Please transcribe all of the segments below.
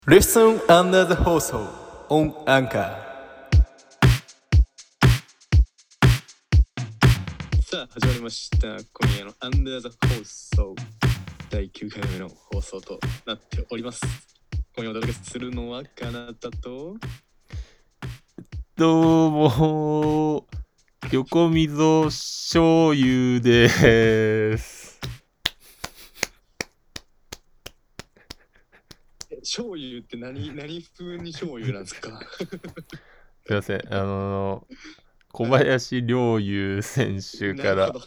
Listen under the 放送 on Anchor。 さあ始まりました今夜の Under the 放送第9回目の放送となっております。今夜お届けするのはかなたとどうも横溝醤油です。 醤油って何風に醤油なんですか？ すいません、小林陵侑選手からなるほど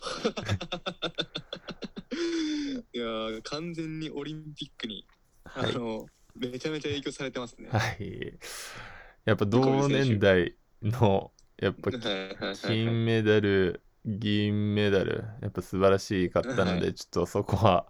いやー完全にオリンピックに、 はい、 めちゃめちゃ影響されてますね。 はい、やっぱ同年代のやっぱ金メダル銀メダルやっぱ素晴らしかったので、ちょっとそこは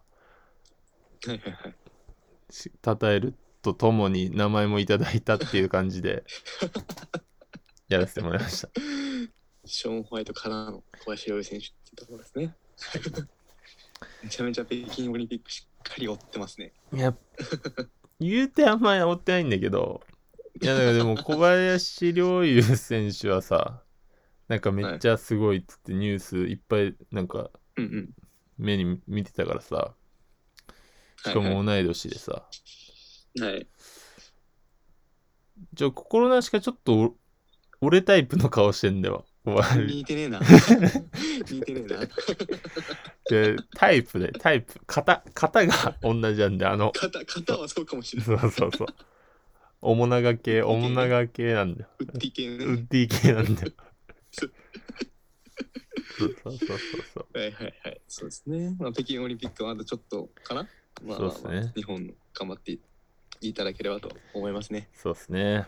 称えるとともに名前もいただいたっていう感じでやらせてもらいました。 ショーン・ホワイトからの小林陵侑選手ってところですね。めちゃめちゃ北京オリンピックしっかり追ってますね。 いや言うてあんまり追ってないんだけど、いやだからでも小林陵侑選手はさ、なんかめっちゃすごいっつってニュースいっぱいなんか目に見てたからさ、しかも同い年でさ、 はい。 心なしかちょっと俺タイプの顔してんだよ。 似てねえな。似てねえな。 でタイプで型が同じなんで、 型はそうかもしれない。 そう面長系なんだよ。 ウッディ系ね。 ウッディ系なんだよ。そう。 はいはいはい。そうですね。まあ、北京オリンピックはまだちょっとかな。まあ、 そうですね。 日本頑張っていただければと思いますね。 そうですね。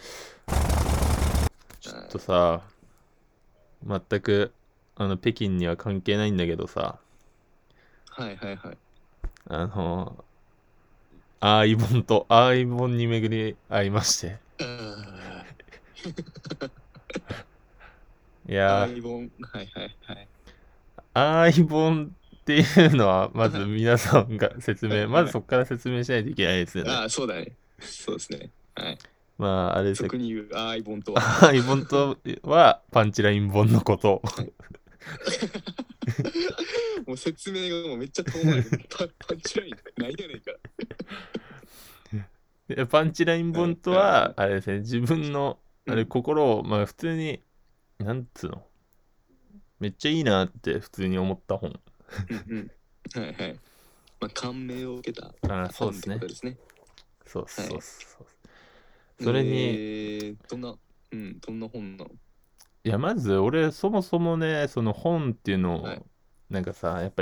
ちょっとさ、全く北京には関係ないんだけどさ、 はいはいはい。 相棒に巡り合いまして。いや相棒、はいはいはい。 相棒っていうのはまず皆さんがまずそこから説明しないといけないですよね。 ああ、そうだね。そうですね。はい。 まああれですよ。 俗に言う相棒とは。 相棒とはパンチライン本のこと。 もう説明がもうめっちゃ遠回り。パンチラインないやねんから。 パンチライン本とはあれですね、自分の心をまあ普通になんつうの、めっちゃいいなって普通に思った本。 はいはい。まあ感銘を受けた本ってことですね。 そう。それにどんな本なの？ いやまず俺そもそもね、その本っていうのを、なんかさ、やっぱ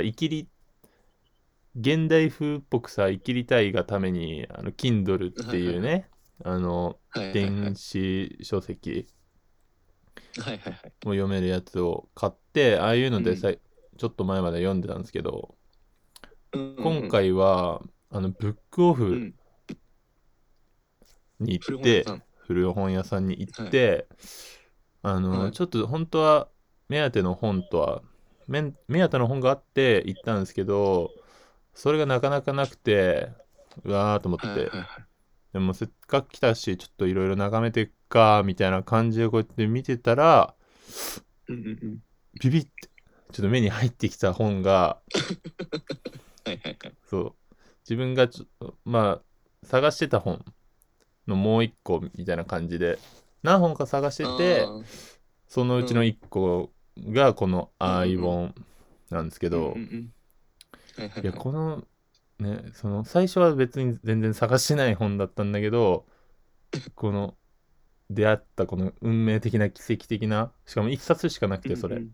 現代風っぽくさ生きりたいがためにKindle っていうね、電子書籍を読めるやつを買って、ああいうのでちょっと前まで読んでたんですけど、今回はブックオフに行って、古本屋さんに行って、ちょっと本当は目当ての本があって行ったんですけど、それがなかなかなくて、うわーと思って、でもせっかく来たしちょっといろいろ眺めてっかみたいな感じでこうやって見てたら、ビビってちょっと目に入ってきた本がそう自分がまあ探してた本のもう一個みたいな感じで何本か探してて、そのうちの一個がこの相棒なんですけど、いやこのね、その最初は別に全然探してない本だったんだけど、この出会ったこの運命的な奇跡的な、しかも一冊しかなくて、それ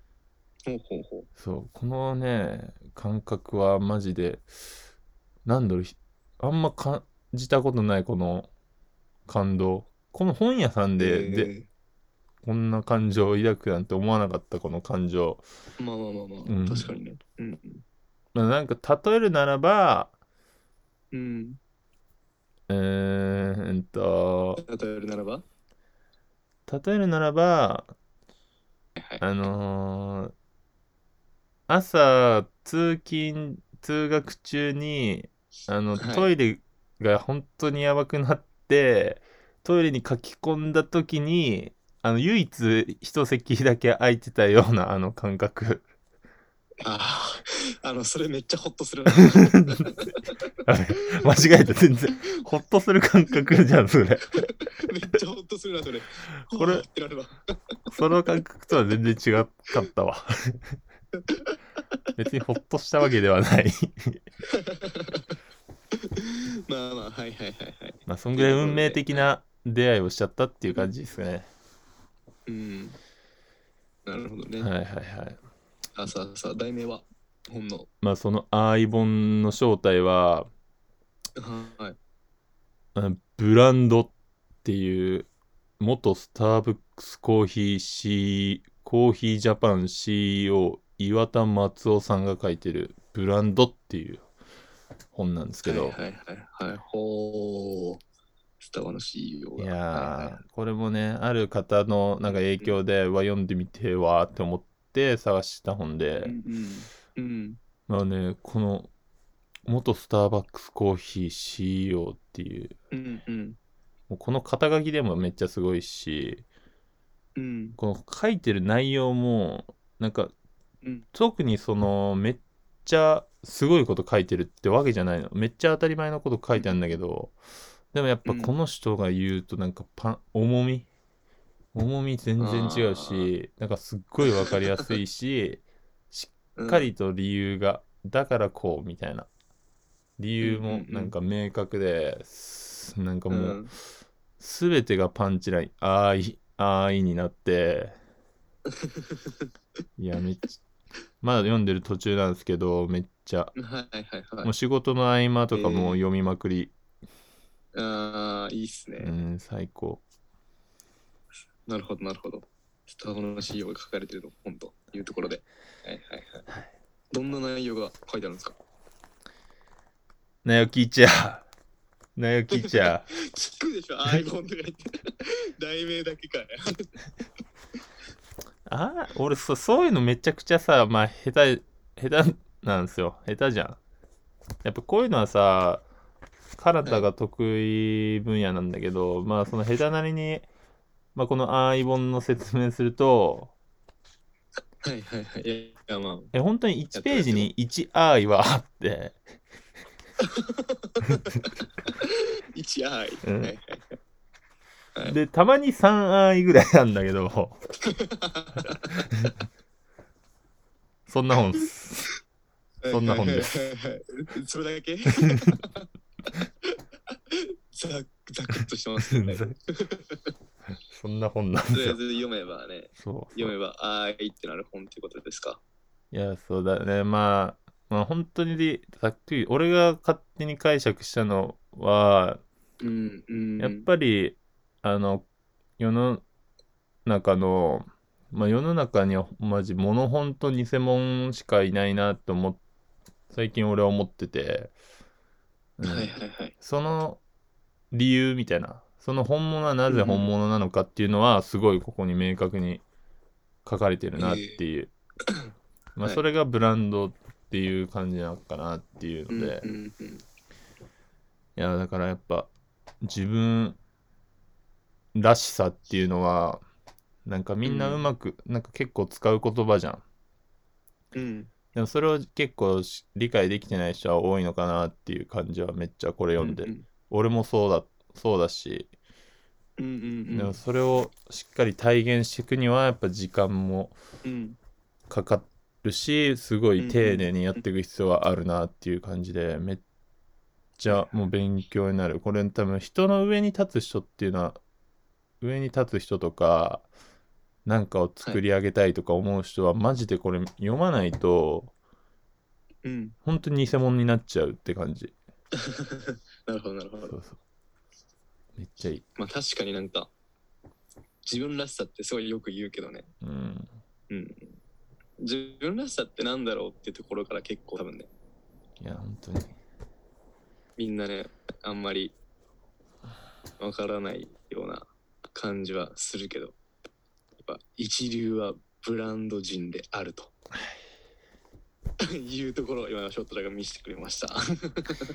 そうこのね感覚はマジでなんだろう、あんま感じたことないこの感動。この本屋さんでこんな感情を抱くなんて思わなかった、この感情。 まあ、確かにね。 なんか例えるならば、 例例えるならば朝通学中にトイレが本当にやばくなってトイレに書き込んだ時に唯一一席だけ空いてたような感覚ああ、それめっちゃホッとするな。 あれ間違えた、全然ホッとする感覚じゃんそれ。 めっちゃホッとするな、それ。 これはあってなるわ。 その感覚とは全然違かったわ。別にホッとしたわけではない。 まあまあ、はいはいはいはい。 まあそんぐらい運命的な出会いをしちゃったっていう感じですね。 うん。なるほどね。 はいはいはい。 さあ、題名は本の。 まあそのアイボンの正体ははい。 ブランドっていう元スターブックスコーヒー、コーヒージャパン CEO 岩田松夫さんが書いてるブランドっていう本なんですけど、 はいはいはいはい。ほー。スタバの CEO が。 いやー、 はいはい、 これもねある方のなんか影響で、読んでみてわーって思って探した本で、まあねこの元スターバックスコーヒー CEO っていう、もうこの肩書きでもめっちゃすごいし、この書いてる内容もなんか、特にそのめっちゃすごいこと書いてるってわけじゃないの、めっちゃ当たり前のこと書いてあるんだけど、でもやっぱこの人が言うとなんか重み全然違うし、なんかすっごいわかりやすいし、しっかりと理由が、だからこうみたいな理由もなんか明確で、なんかもう全てがパンチライン、あーいになって、いやめっちゃまだ読んでる途中なんですけど、めっちゃもう仕事の合間とかもう読みまくり、 ああ、いいっすね。 最高。 なるほどなるほど。スタバの CEO が書かれてるの本というところで、はいはいはい。どんな内容が書いてあるんですか？ なよ聞いちゃう。なよ聞いちゃう。 聞くでしょ、アイボンとか言って。題名だけかね。 俺そういうのめちゃくちゃさ、まあ下手なんですよ。下手じゃん。やっぱこういうのはさ、カナダが得意分野なんだけど、まあその下手なりに、まあこのアイボンの説明すると、 はいはいはい。いやまあ。 本当に1ページに1アイはあって、 1アイ。 うんはいはいはい。 で、たまに3アイぐらいなんだけど、そんな本っす。そんな本です。 それだけざくっとしてますね。 そんな本なんですよ。 読めばね、読めばあーいってなる本っていうことですか？ いや、そうだね。まあ本当にざっくり、俺が勝手に解釈したのは、やっぱり、世の中の、まあ世の中にはマジモノ本と偽物しかいないなって最近俺は思ってて、その理由みたいな、その本物はなぜ本物なのかっていうのはすごいここに明確に書かれてるなっていう、まあそれがブランドっていう感じなのかなっていうので、いやだからやっぱ自分らしさっていうのはなんかみんなうまく、なんか結構使う言葉じゃん。でもそれを結構理解できてない人は多いのかなっていう感じはめっちゃこれ読んで、俺もそうだし、でもそれをしっかり体現していくにはやっぱ時間もかかるし、すごい丁寧にやっていく必要はあるなっていう感じで、めっちゃもう勉強になる。これ多分人の上に立つ人っていうのは、上に立つ人とかなんかを作り上げたいとか思う人はマジでこれ読まないと、本当に偽物になっちゃうって感じ。 なるほどなるほど。 そうめっちゃいい。 まあ確かになんか自分らしさってすごいよく言うけどね。自分らしさってなんだろうっていうところから結構多分ね。 いや本当に。 みんなねあんまりわからないような感じはするけど、やっぱ一流はブランド人であるというところを今ショットラが見せてくれました。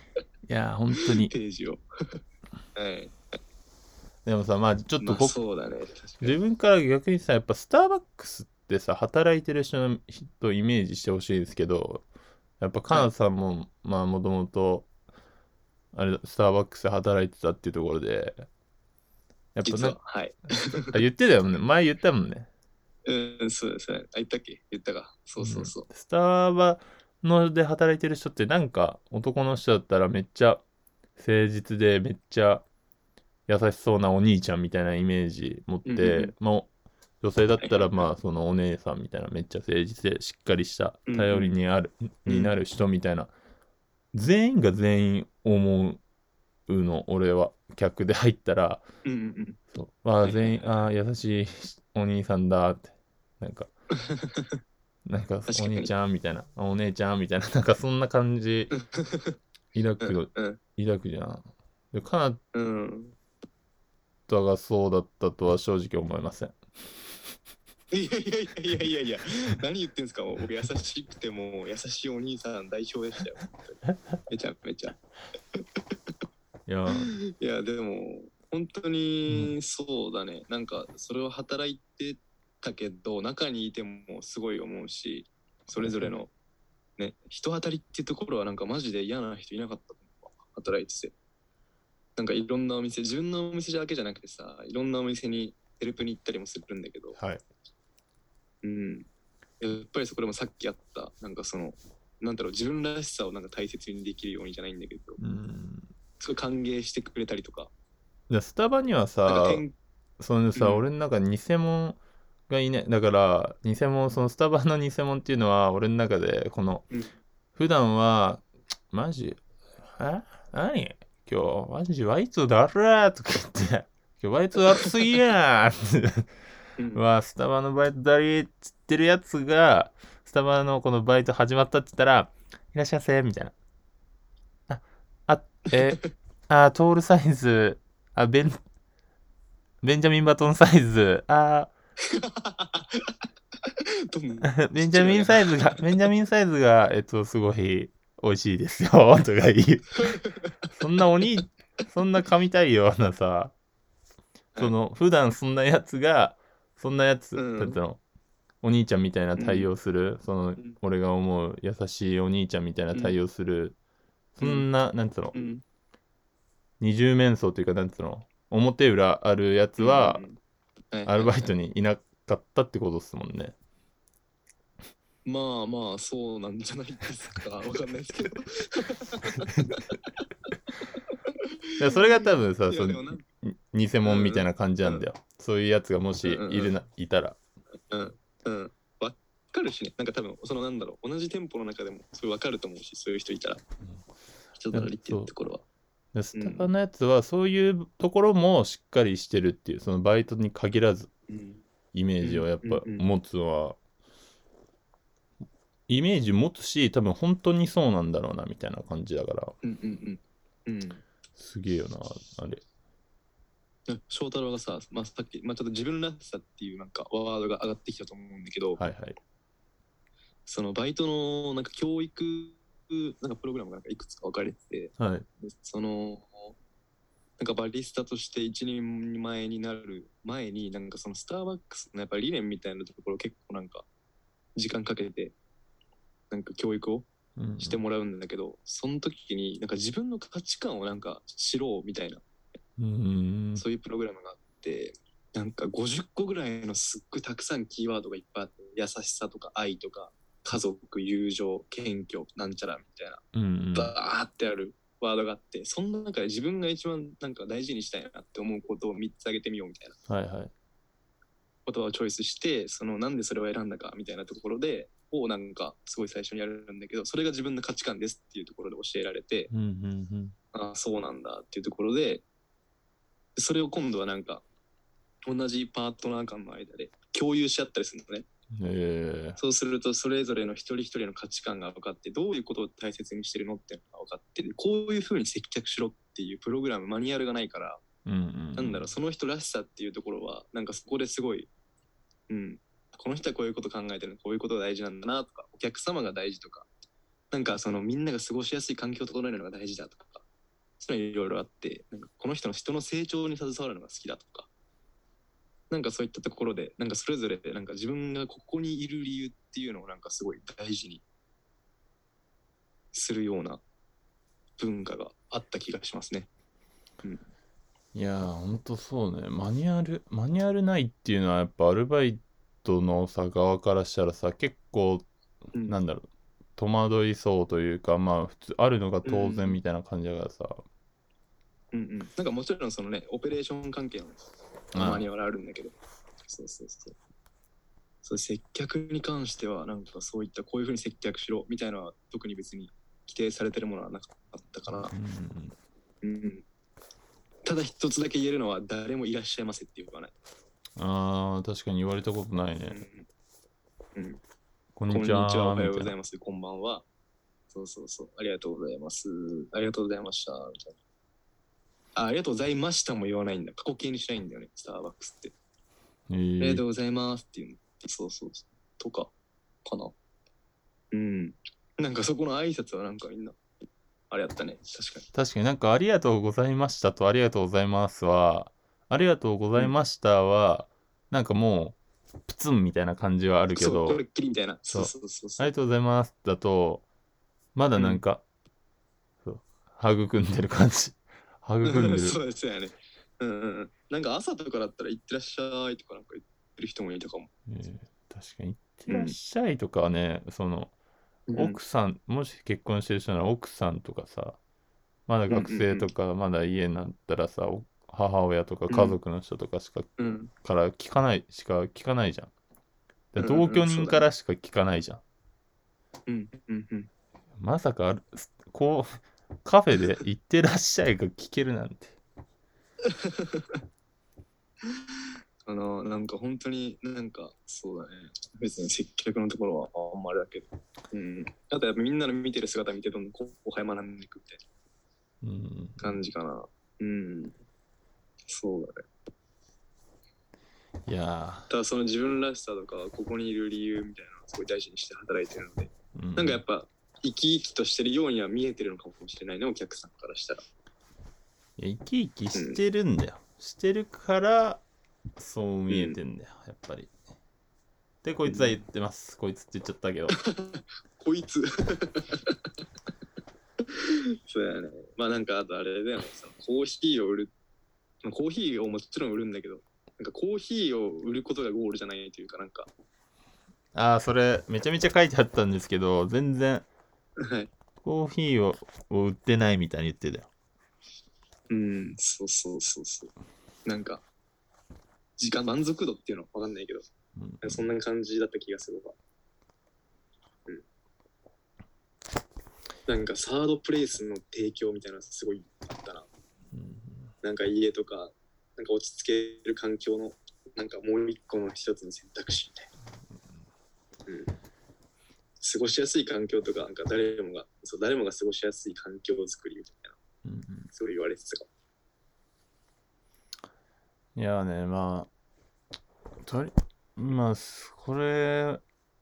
や本当にページを。はい。 でもさ、まあちょっとまあそうだね。確かに。 自分から逆にさ、やっぱスターバックスってさ、働いてる人の人イメージしてほしいですけど、やっぱカナはい。 さんも、まあもともと、あれ、スターバックスで働いてたっていうところで、やっぱ実は、はい。 言ってたよね。前言ったもんね。 うん、そうですね。あ、言ったっけ言ったか。そうそうそう。 スタバので働いてる人ってなんか男の人だったらめっちゃ誠実でめっちゃ優しそうなお兄ちゃんみたいなイメージ持っうんうんうん。 て、まあ女性だったらはいはいはい。 まあそのお姉さんみたいなめっちゃ誠実でしっかりしたうん頼りにある、になうん。 る人みたいな全員が全員思うの俺は客で入ったらうんうんうん。 そうああはいはい全員ああはいはい。 優しいお兄さんだってなんかお兄ち確かに。 ゃんみたいな、お姉ちゃんみたいな、なんかそんな感じ抱くの、 うんうん抱くじゃん。で、カナうん。 ダがそうだったとは正直思いません。 いやいやいやいやいやいや、何言ってんすか。もう僕優しくても優しいお兄さん代表でしたよ。本当にめちゃめちゃ。 いや、 いや、でも、本当にそうだね。なんか、それを働いてたけど、中にいてもすごい思うし、それぞれのね、人当たりっていうところはなんかマジで嫌な人いなかったと思うわ。働いてて。なんかいろんなお店、自分のお店だけじゃなくてさ、いろんなお店にヘルプに行ったりもするんだけど、 はい。 うん。やっぱりそこでもさっきあった、なんかなんだろう、自分らしさをなんか大切にできるようにじゃないんだけど、すごい歓迎してくれたりとか、 でスタバにはさ、 なんかそのさ、 うん、 俺の中に偽物がいない。だから、偽物、そのスタバの偽物っていうのは、俺の中で、 うん、 普段は、マジ、え何今日、マジワイツだるーとか言って、今日ワイツだるすぎやーってうん、 スタバのバイトだりーっつってるやつが、スタバのこのバイト始まったって言ったら、いらっしゃいませ、みたいな。あ、あ、トールサイズ、あ、ベンジャミンバトンサイズ、 どんどんベンジャミちっちゃいのが。 ベンジャミンサイズが、すごい美味しいですよ、とか言う。そんなそんな神対応なさ、 はい。 普段そんなやつが、そんなやつ、なんてうん、 いうの、お兄ちゃんみたいな対うん、 応する、 うん、 俺が思う優しいお兄ちゃんみたいなうん、 対応する、そうん、 んな、なんつうの、 うん、 二重面相というか、なんつうの、表裏あるやつうん、うは、 ん。はいアルバイはいはい。 トにいなかったってことっすもんね。 まあまあ、そうなんじゃないですか。わかんないですけど。 でそれが多分さ、 いや、でも偽物みたいなうん、うん、 感じなんだよ。そういうやつがもうん、 しうん、 いたら。 うん、うん。わかるしね。なんか多分、なんだろう、同じ店舗の中でも、それわかると思うし、そういう人いたら、人となりっていうそう。 ところは。 でスタバうん、 のやつはそういうところもしっかりしてるっていう、そのバイトに限らずうん、 イメージをうん、 やっぱうん、うん、 持つのは、イメージ持つし、多分本当にそうなんだろうなみたいな感じだから、 うん、うん、うん。うん。 すげえよな、あれ。 翔太郎がさ、まあ、さっき、まあ、ちょっと自分らしさっていうなんかワードが上がってきたと思うんだけど、 はいはい。 そのバイトのなんか教育なんかプログラムがなんかいくつか分かれてて、 はい。 でなんかバリスタとして一人前になる前になんかそのスターバックスのやっぱり理念みたいなところ結構なんか時間かけてなんか教育をうんしてもらうんだけど、その時になんか自分の価値観をなんか知ろうみたいなうん。うーん。 そういうプログラムがあって、なんか50個ぐらいのすっごいたくさんキーワードがいっぱいあって、優しさとか愛とか家族、友情、謙虚、なんちゃらみたいな、 うんうん。 バーってあるワードがあって、その中で自分が一番なんか大事にしたいなって思うことを3つ挙げてみようみたいなはいはい。 言葉をチョイスして、なんでそれを選んだかみたいなところで、なんかすごい最初にやるんだけど、それが自分の価値観ですっていうところで教えられて、 うんうんああ、そうなんだっていうところで、それを今度はなんか同じパートナー間の間で共有し合ったりするのね。 うん。 そうするとそれぞれの一人一人の価値観が分かって、どういうことを大切にしてるのっていうのが分かって、こういうふうに接客しろっていうプログラムマニュアルがないから、 うんうんなんだろう、その人らしさっていうところはなんかそこですごい、うん、この人はこういうこと考えてるの、こういうことが大事なんだなとか、お客様が大事とか、なんかみんなが過ごしやすい環境を整えるのが大事だとか、 そういうのいろいろあって、なんかこの人の成長に携わるのが好きだとか、なんかそういったところで、なんかそれぞれでなんか自分がここにいる理由っていうのをなんかすごい大事にするような文化があった気がしますね。 いやー、ほんとそうね。マニュアルないっていうのはやっぱアルバイトのさ、側からしたらさ、結構、 うんなんだろう、戸惑いそうというか、まあ普通、あるのが当うん然みたいな感じだからさ。 なんかもちろんそのね、オペレーション関係のマニュアルあるんだけど、そうそうそう。そう接客に関してはなんかそういったこういうふうに接客しろみたいなのは特に別に規定されてるものはなかったかな。ただ一つだけ言えるのは誰もいらっしゃいませっていうかね。 あー、確かに言われたことないね。こんこんにちにちはは、おはようみたいな。 ございます、こんばんは。そうそうそう、ありがとうございます。ありがとうございました。みたいな。ありがとうございましたも言わないんだ。過去形にしないんだよね、スターバックスって。ありがとうございますっていうの。そうそうそう。とか、かな。なんかそこの挨拶はなんかみんな、あれやったね、確かに。 確かになんかありがとうございましたとありがとうございますは、ありがとうございましたは、なんかもう、プツンみたいな感じはあるけそう、こど、 れっきりみたいな。 そう、 そうそうそう。 ありがとうございますだと、まだなんか、そう育んでる感じ。育んでる。 そうですよね。なんか朝とかだったら行ってらっしゃいとかなんか言ってる人もいたかも。 確かに、いってらっしゃいとかはね、その、奥さん、もし結婚してる人なら奥さんとかさ、まだ学生とか、まだ家になったらさ、母親とか家族の人とかしか、から聞かないじゃん。同居人からしか聞かないじゃん。まさかこう、カフェで行ってらっしゃいが聞けるなんて。 なんか本当になんかそうだね。別に接客のところはあんまりだけど。あとやっぱみんなの見てる姿見てどんどん後輩学んでいくみたいな感じかな。そうだね。 いやただその自分らしさとかここにいる理由みたいなのをすごい大事にして働いてるので、なんかやっぱ生き生きとしてるようには見えてるのかもしれないね、お客さんからしたら。 生き生きしてるんだよ。してるからそう見えてんだよ、やっぱり。で、こいつは言ってます。こいつって言っちゃったけど。 こいつそうやね。まあなんかあとあれだよね。そのコーヒーを売る。コーヒーをもちろん売るんだけど、なんかコーヒーを売ることがゴールじゃないというかなんか。 ああ、それめちゃめちゃ書いてあったんですけど、全然コーヒーを売ってないみたいに言ってたよ。 そうそうそうそう。なんか、時間満足度っていうのはわかんないけど、そんな感じだった気がするわ。なんかサードプレイスの提供みたいなのすごいあったな。なんか家とか、なんか落ち着ける環境の、なんかもう一個の一つの選択肢みたいな。過ごしやすい環境とか、なんか誰もが過ごしやすい環境を作りみたいな。そう言われてたかも。いやね、まあ、これ、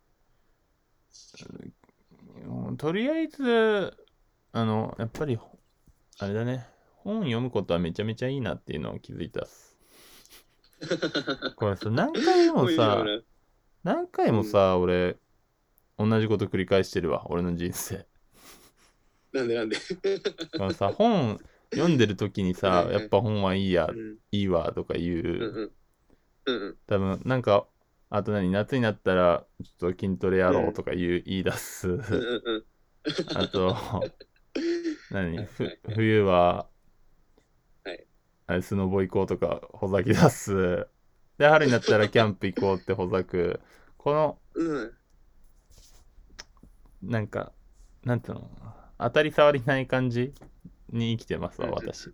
とりあえず、やっぱり、あれだね、本読むことはめちゃめちゃいいなっていうのを気づいたっす。これさ、何回もさ、俺、同じこと繰り返してるわ、俺の人生。 なんでこのさ、本読んでる時にさ、やっぱ本はいいわとか言う。多分、なんか、あと夏になったら、ちょっと筋トレやろうとか言い出す。あと、冬は、スノボ行こうとかほざき出す。で、春になったらキャンプ行こうってほざく。この、なんか、なんていうの、当たり障りない感じに生きてますわ、私。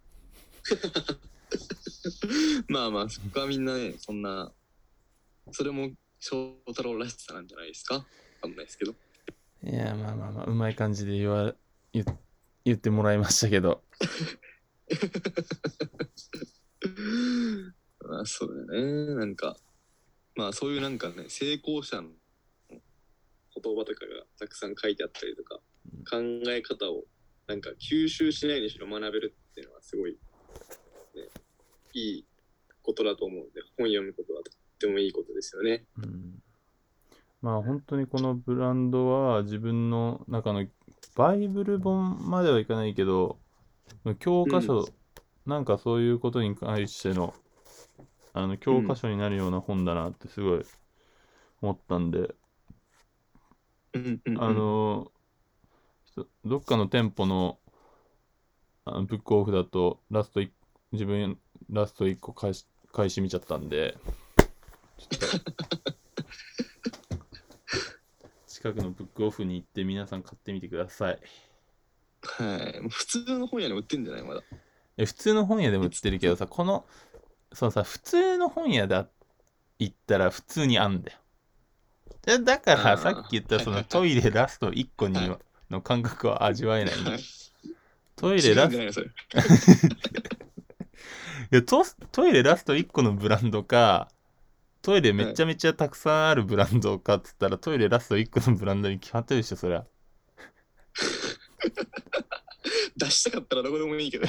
まあまあ、そこはみんなね、そんな、それも翔太郎らしさなんじゃないですか。わかんないですけど。 いや、まあまあまあ、うまい感じで言ってもらいましたけど。 まあそうだよね。なんか、まあそういうなんかね、成功者の言葉とかがたくさん書いてあったりとか、考え方をなんか吸収しないにしろ学べるっていうのはすごい、ね、いいことだと思うんで、本読むことはとってもいいことですよね。 まあ本当にこのブランドは自分の中のバイブル本まではいかないけど、教科書、なんかそういうことに関しての教科書になるような本だなってすごい思ったんで、どっかの店舗のブックオフだと自分ラスト1個返し見ちゃったんで、ちょっと近くのブックオフに行って皆さん買ってみてください。 はい。普通の本屋に売ってんじゃないまだ。 普通の本屋でも売ってるけどさ、普通の本屋で行ったら普通にあんだよ。だからさっき言ったそのトイレラスト1個にの感覚は味わえない。トイレラストトイレラスト1個のブランドか、トイレめちゃめちゃたくさんあるブランドかっつったら、トイレラスト1個のブランドに決まってるでしょ、そりゃ。 出したかったらどこでもいいけど。 い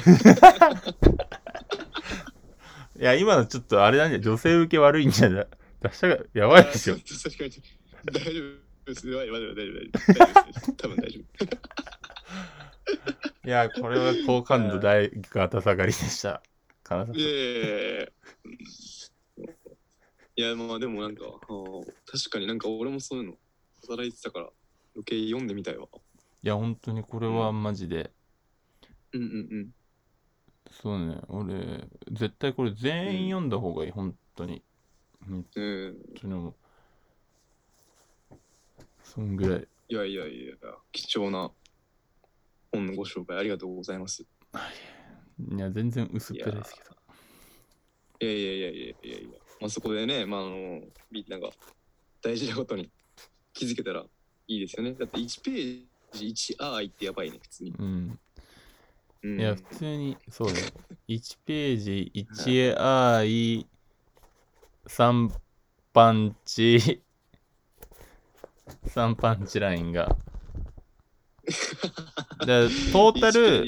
や、今のちょっとあれなんじゃ、女性受け悪いんじゃない？出したがやばいでしょ。 確かに。大丈夫です。大丈夫。多分大丈夫。 いや、これは好感度大型下がりでした。 いや、まあでもなんか、確かになんか俺もそういうの働いてたから余計読んでみたいわ。 いや、本当にこれはマジで。そうね、俺、絶対これ全員読んだ方がいい、本当に。本当にそんぐらい。 いや、貴重な本のご紹介ありがとうございます。 いや、全然薄っぺらいですけど。 いや。まあそこでね、まあなんか大事なことに気づけたらいいですよね。だって1ページ1アーイってやばいね、普通に。 いや、普通に、そうね。1ページ1アーイ3パンチラインが。でトータル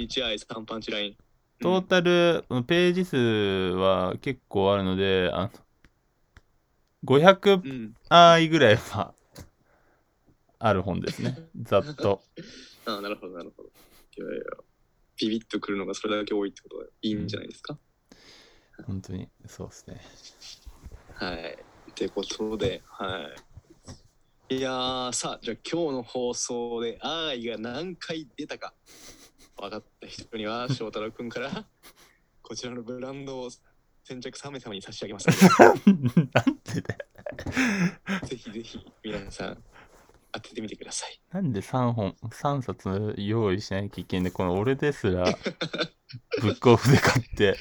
ページ数は結構あるので、500アーイぐらいはある本ですね。ざっと。 なるほど。いや、ビビッとくるのがそれだけ多いってことはいいんじゃないですか。 本当にそうですね。 はい。ってことで、いやー、さあ、じゃあ今日の放送で愛が何回出たか分かった人には翔太郎くんからこちらのブランドを先着3名様に差し上げますなんでだよ。ぜひ皆さん当ててみてください。 なんで3冊用意しなきゃいけないんで、この俺ですらブックオフで買って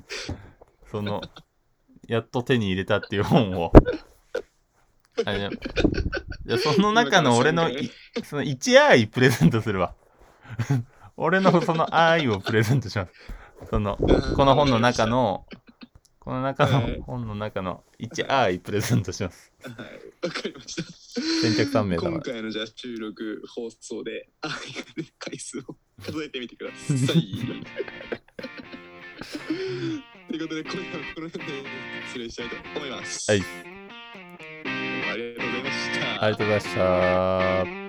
やっと手に入れたっていう本をじゃその中の俺のその1アイプレゼントするわ。俺のその愛をプレゼントします。この本の中の本の中の1アイプレゼントします。 はい、わかりました。 先着3名様。 今回のじゃあ収録放送で愛が出る回数を数えてみてください。ということで、今夜はこの辺で失礼したいと思います。 はい。 ありがとうございました。 ありがとうございました。